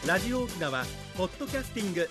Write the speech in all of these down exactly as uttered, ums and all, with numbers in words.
ラジオ沖縄ポッドキャスティング、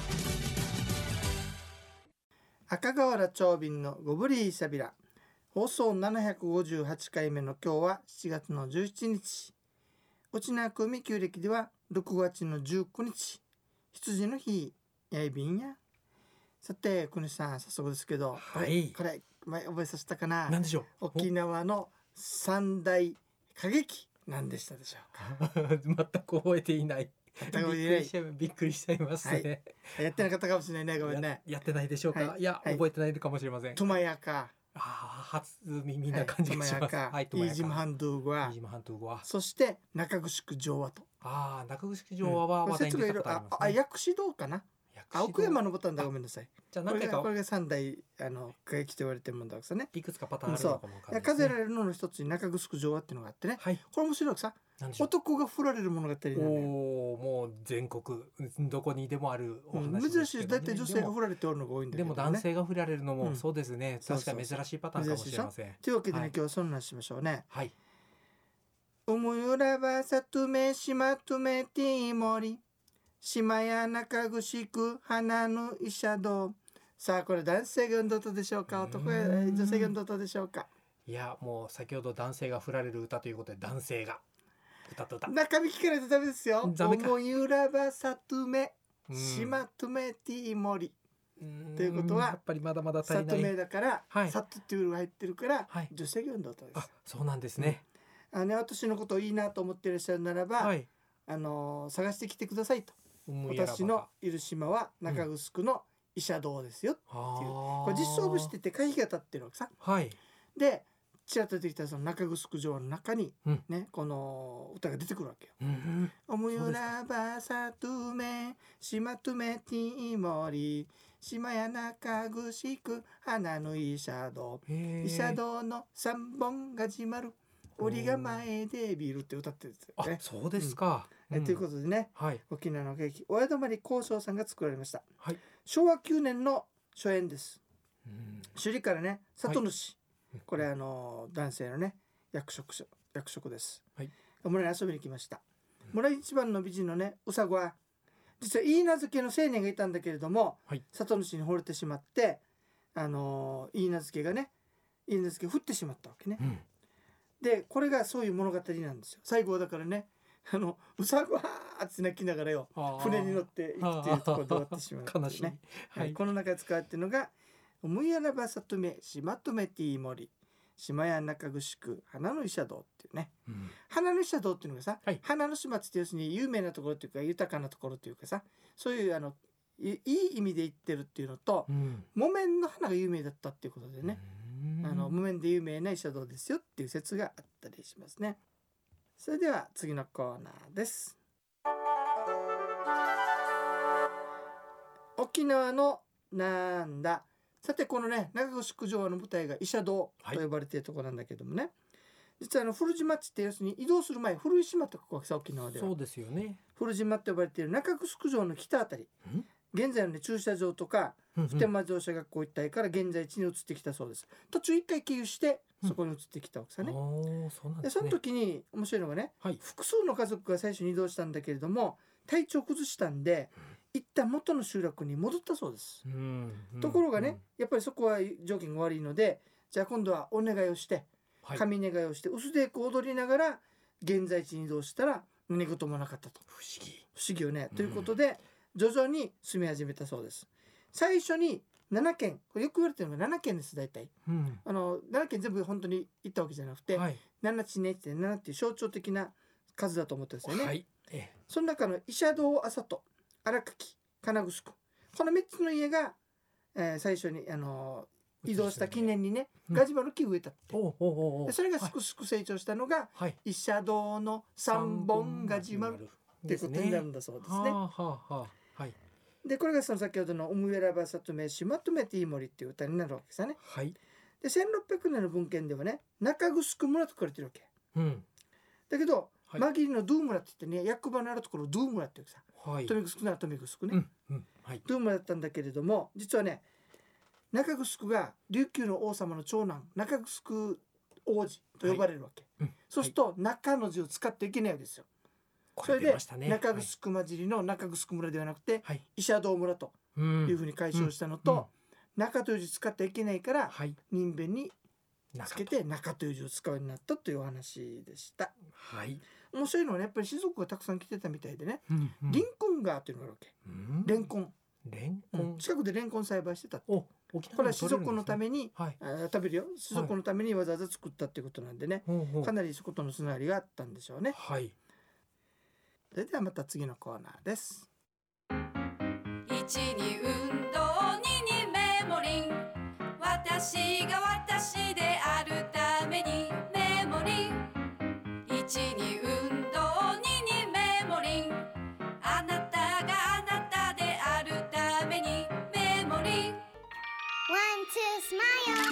赤瓦長瓶のごぶりしゃびら、放送ななひゃくごじゅうはちかいめの今日はしちがつのじゅうしちにち、沖縄組旧暦ではろくがつのじゅうくにち、羊の日やいびんや。さて国さん、早速ですけど、 はい、 これ前覚えさせたかな。 何でしょう。 沖縄の三大歌劇何でしたでしょうか。 全く覚えていない。 全く覚えていない。 びっくりしちゃいますね、 はい、やってなかったかもしれないね。ごめんね。 や, やってないでしょうか、 はい、 いや、はい、覚えてないかもしれません。 トマヤか、 あ初耳な感じがします。 はい、イージムハンドゥーゴア、そして中城城和と。 ああ、中城城和は話題に出たことありますね。 あ、薬師堂かな。あ、奥山のボタンだ、ごめんなさい。 じゃあ何回かこれがこれが三大あの歌劇と言われてるもんだからね。 いくつかパターンあるのかもわかんないですね。 数えられるのの一つに中城城和っていうのがあってね、 はい、 これ面白いさ。男が振られる物語なんだよ。 おもう全国どこにでもあるお話ですけど、ね、 珍しい。だって女性が振られておるのが多いんだけど、ね、 でも男性が振られるのもそうですね、 うん、 確かに珍しいパターンかもしれません。 というわけでね、はい、今日はそんな話しましょうね。 はい。 うむゆらばさとめしまとめていもり、島や中ぐく花の医者堂。さあこれ男性が読んだ歌でしょうか、男や女性が読んだ歌でしょうか。 いやもう先ほど男性が振られる歌ということで男性が歌った歌、 中身聞かないとダメですよ。思いゆらばさとめしまとめていもりということはやっぱりまだまだ足りない。 さとめだから、 はい、 さとっていうのが入ってるから、はい、女性が読んだ歌です。 あ、そうなんですね。 うん、あの、ね、私のことをいいなと思っていらっしゃるならば、はい、あの探してきてくださいと。私のいる島は中城の医者堂ですよっていう、うん、これ実装部してて会費が立ってるわけさ。 はい、 でちらっと出てきたその中城城の中に、うんね、この歌が出てくるわけよ。おむゆらばさとめしまとめていもり、島や中城く花の医者堂、医者堂の三本が始まる折が前でビールって歌ってるんですよね。 あ、そうですか。 うんうん、ということでね、はい、沖縄の歌劇親泊幸章さんが作られました。はい、しょうわきゅうねんの初演です。うん、首里からね、里主、はい、これあの男性のね役職役職です。はい、村に遊びに来ました。村一番の美人のねうさごは実はいい名付けの青年がいたんだけれども、はい、里主に惚れてしまって、あのいい名付けがねいい名付けを振ってしまったわけね。うん、でこれがそういう物語なんですよ。最後はだからね、あのうさごはーって泣きながらよ船に乗って行くっていうところで終わってしまう、ね、 悲しい、はいはい、この中で使われているのがむやなばさとめしまとめていもり島や中城花の医者堂っていうね、うん、花の医者堂っていうのがさ、はい、花の島って要するに有名なところっていうか豊かなところっていうかさ、そういうあの い, いい意味で言ってるっていうのと、うん、木綿の花が有名だったっていうことでね、うん、あの木綿で有名な医者堂ですよっていう説があったりしますね。それでは次のコーナーです。沖縄のなんだ。さてこのね中城城和の舞台が医者堂と呼ばれているところなんだけどもね、はい、実はあの古島地って要するに移動する前古い島と書くわけさ、沖縄では。 そうですよね。 古島って呼ばれている中城城の北あたり、現在の、ね、駐車場とか普天間自動車学校一帯から現在地に移ってきたそうです。途中一回経由してそこに移ってきたわけさね。 うん、そうなんですね。 でその時に面白いのがね、はい、複数の家族が最初に移動したんだけれども体調崩したんで、うん、一旦元の集落に戻ったそうです。うんうん、ところがね、うん、やっぱりそこは条件が悪いので、じゃあ今度はお願いをして、はい、神願いをして薄手踊りながら現在地に移動したら何事もなかったと。 不思議不思議よね、うん、ということで徐々に住み始めたそうです。最初にななけん、これよく言われてるのがななけんです大体、うん、あのななけん全部本当に行ったわけじゃなくて、はい、なな地ねってななっていう象徴的な数だと思ってるんですよね。はい、ええ、その中の医者堂朝と荒垣金城、このみっつの家が、えー、最初に、あのー、移動した記念にね、うん、ガジュマル木植えたって、おうおうおう、でそれがすくすく成長したのが、はい、医者堂の三本ガジュマルっていうことになるんだそうですね。はあはあはあ、はい、でこれがその先ほどのおむえらばさとめしまとめていい森っていう歌になるわけですよね。はい、でせんろっぴゃくねんの文献ではね中城村と書かれてるわけ、うん、だけど、はい、マギリのドゥー村って言ってね役場のあるところをドゥー村っていうさ、はい、富城なら富城ね、うんうん、はい、ドゥー村だったんだけれども、実はね中城が琉球の王様の長男中城王子と呼ばれるわけ、はい、うん、そうすると、はい、中の字を使っていけないわけですよ。 それで中城混じりの中城村ではなくて、はい、医者道村というふうに解消したのと、うんうん、中という字使ってはいけないから、はい、人弁につけて中という字を使うようになったというお話でした。 はい、 面白いのはね、やっぱり士族がたくさん来てたみたいでね、うんうん、リンコン川というのがあるわけ、うん、レンコンレンコン、 うん、近くでレンコン栽培してたって。おこれは士族のために、はい、あ食べるよ士族のためにわざわざ作ったっていうことなんでね、はい、かなりそことのつながりがあったんでしょうね。 はい、 それではまた次のコーナーです。 いちに運動ににメモリン、私が私であるためにメモリン、いちに運動ににメモリン、あなたがあなたであるためにメモリン、ワンツースマイル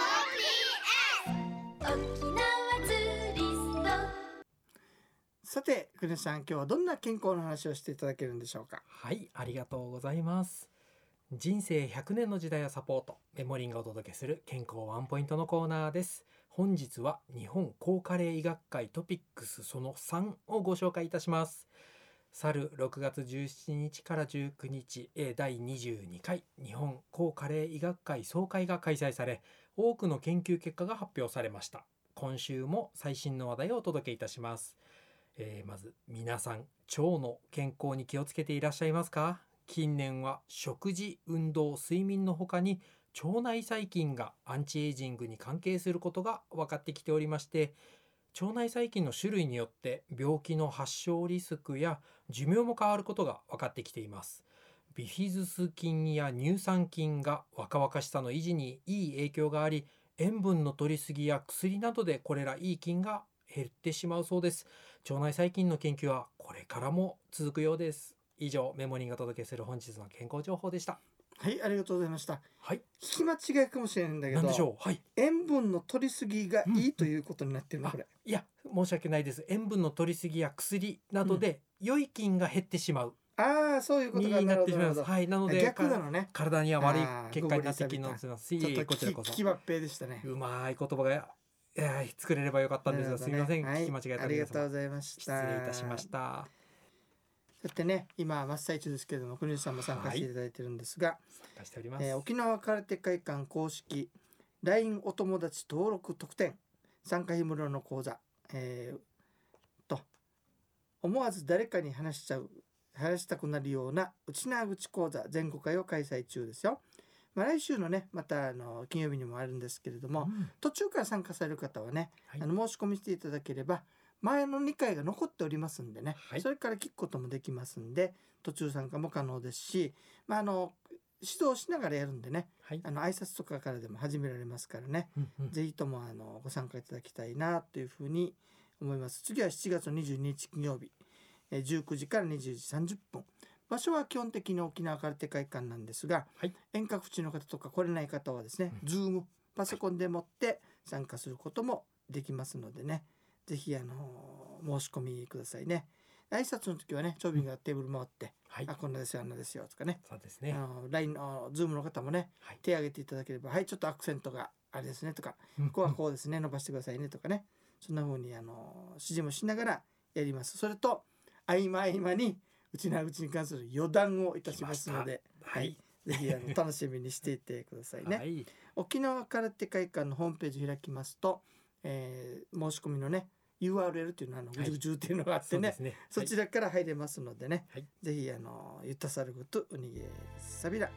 オーピーエス 沖縄ツーリスト。 さて国吉さん、今日はどんな健康の話をしていただけるんでしょうか。 はい、ありがとうございます。人生ひゃくねんの時代をサポート、メモリンがお届けする健康ワンポイントのコーナーです。本日は日本高加齢医学会トピックスそのさんをご紹介いたします。去るろくがつじゅうしちにちからじゅうくにち、だいにじゅうにかい日本高加齢医学会総会が開催され、多くの研究結果が発表されました。今週も最新の話題をお届けいたします。えー、まず皆さん、腸の健康に気をつけていらっしゃいますか？近年は食事、運動、睡眠の他に腸内細菌がアンチエイジングに関係することが分かってきておりまして、腸内細菌の種類によって病気の発症リスクや寿命も変わることが分かってきています。ビフィズス菌や乳酸菌が若々しさの維持にいい影響があり、塩分の摂りすぎや薬などでこれらいい菌が減ってしまうそうです。腸内細菌の研究はこれからも続くようです。以上、メモリーがお届けする本日の健康情報でした。 はい、ありがとうございました。 はい、 聞き間違いかもしれないんだけど、 何でしょう。はい、 塩分の摂りすぎがいいということになってるの、うん、これ。 いや、申し訳ないです。塩分の摂りすぎや薬などで良い菌が減ってしまう、 うん、ああ、そういうことがになってしまいます。はい、なので逆なのね。 体には悪い結果になってきます。 ちょっとこちらこそ聞き抜けでしたね。 うまい言葉が作れればよかったんですが、ね、すみません、はい、聞き間違えた。 ありがとうございました。 失礼いたしました。 だってね、今真っ最中ですけれども、国吉さんも参加していただいてるんですが、はい、 参加しております。 えー、沖縄空手会館公式 ライン お友達登録特典参加費無料の講座、えー、と思わず誰かに話しちゃう話したくなるような内縄口講座全国会を開催中ですよ。まあ、来週のねまたあの金曜日にもあるんですけれども、うん、途中から参加される方はね、はい、あの申し込みしていただければ前のにかいが残っておりますんでね、はい、それから聞くこともできますんで、途中参加も可能ですし、まあ、あの指導しながらやるんでね、はい、あの挨拶とかからでも始められますからね、うんうん、ぜひともあのご参加いただきたいなというふうに思います。次はしちがつにじゅうににち金曜日、えじゅうくじからにじゅうじさんじゅっぷん、場所は基本的に沖縄空手会館なんですが、はい、遠隔地の方とか来れない方はですね、うん、ズームパソコンでもって参加することもできますのでね、ぜひあの申し込みくださいね。挨拶の時はね、長瓶がテーブル回って、はい、あこんなですよあんなですよとかね、 そうですね、 あの ライン の Zoom の方もね、はい、手を挙げていただければ、はいちょっとアクセントがあれですねとか、うん、ここはこうですね伸ばしてくださいねとかね、そんな風にあの指示もしながらやります。それと合間合間に内縄口に関する余談をいたしますので、はい、ぜひあの楽しみにしていてくださいね。はい、沖縄空手会館のホームページ開きますと、えー、申し込みのね ユーアールエル というのはあのぐじゅぐじゅっていうのがあってね、はい そ, ねそちらから入れますのでね、はい、ぜひあのゆったさることうにげさびら、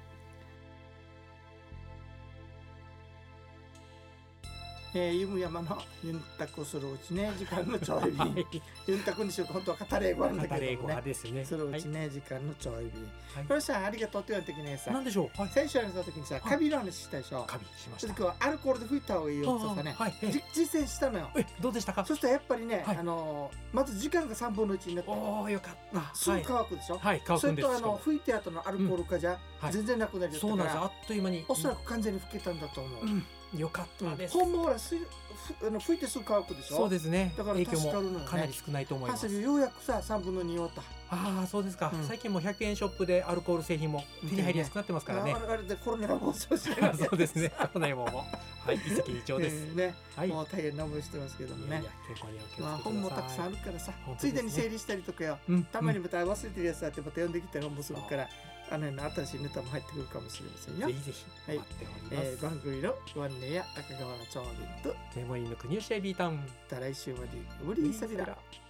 えー、ゆむ山のユンタクするうちね時間のちょい便ユンタクにしようか本当は語れ語なんだけどもね、ですねするうちね、はい、時間のちょい便、はい、これさありがとうって言われた時にさ、 何でしょう、はい、 先週やった時にさ、カビの話したでしょ。 カビしました。 今日はアルコールで拭いた方がいいよってさね、はい、実践したのよ。 えどうでしたか。 そしたらやっぱりね、はい、あのまず時間がさんぶんのいちになって、 おおよかった。 すぐ乾くでしょ。 はい、乾くんです。 それとあの拭いて後のアルコール化じゃ、うん、全然なくなるよ。 そうなんです。あっという間におそらく完全に拭けたんだと思う。うんよかったです。 本もほらすあの拭いてすぐ乾くでしょ。 そうですね。 だから影響助かるのよねもかなり少ないと思います。 ようやくささんぶんのにをった。 ああそうですか、 うん、 最近もひゃくえんショップでアルコール製品も手に入りやすくなってますからね。 あれあれでコロナが暴走してるそうですね。コロナももはい一石二鳥です、 えー、ね、 はい、 もう大変な思いしてますけどもね。いやいや健康にお気をつけください。 まあ本もたくさんあるからさ、 ね、 ついでに整理したりとかよ、うん、たまにまた忘れてるやつあってまた読んできたりもするから、あの新しいネタも入ってくるかもしれませんよ。 ぜひぜひ待っております、 はいえー、番組のご案内や赤川町民とメモリーの国吉エビータウン、 来週まで無理さびら。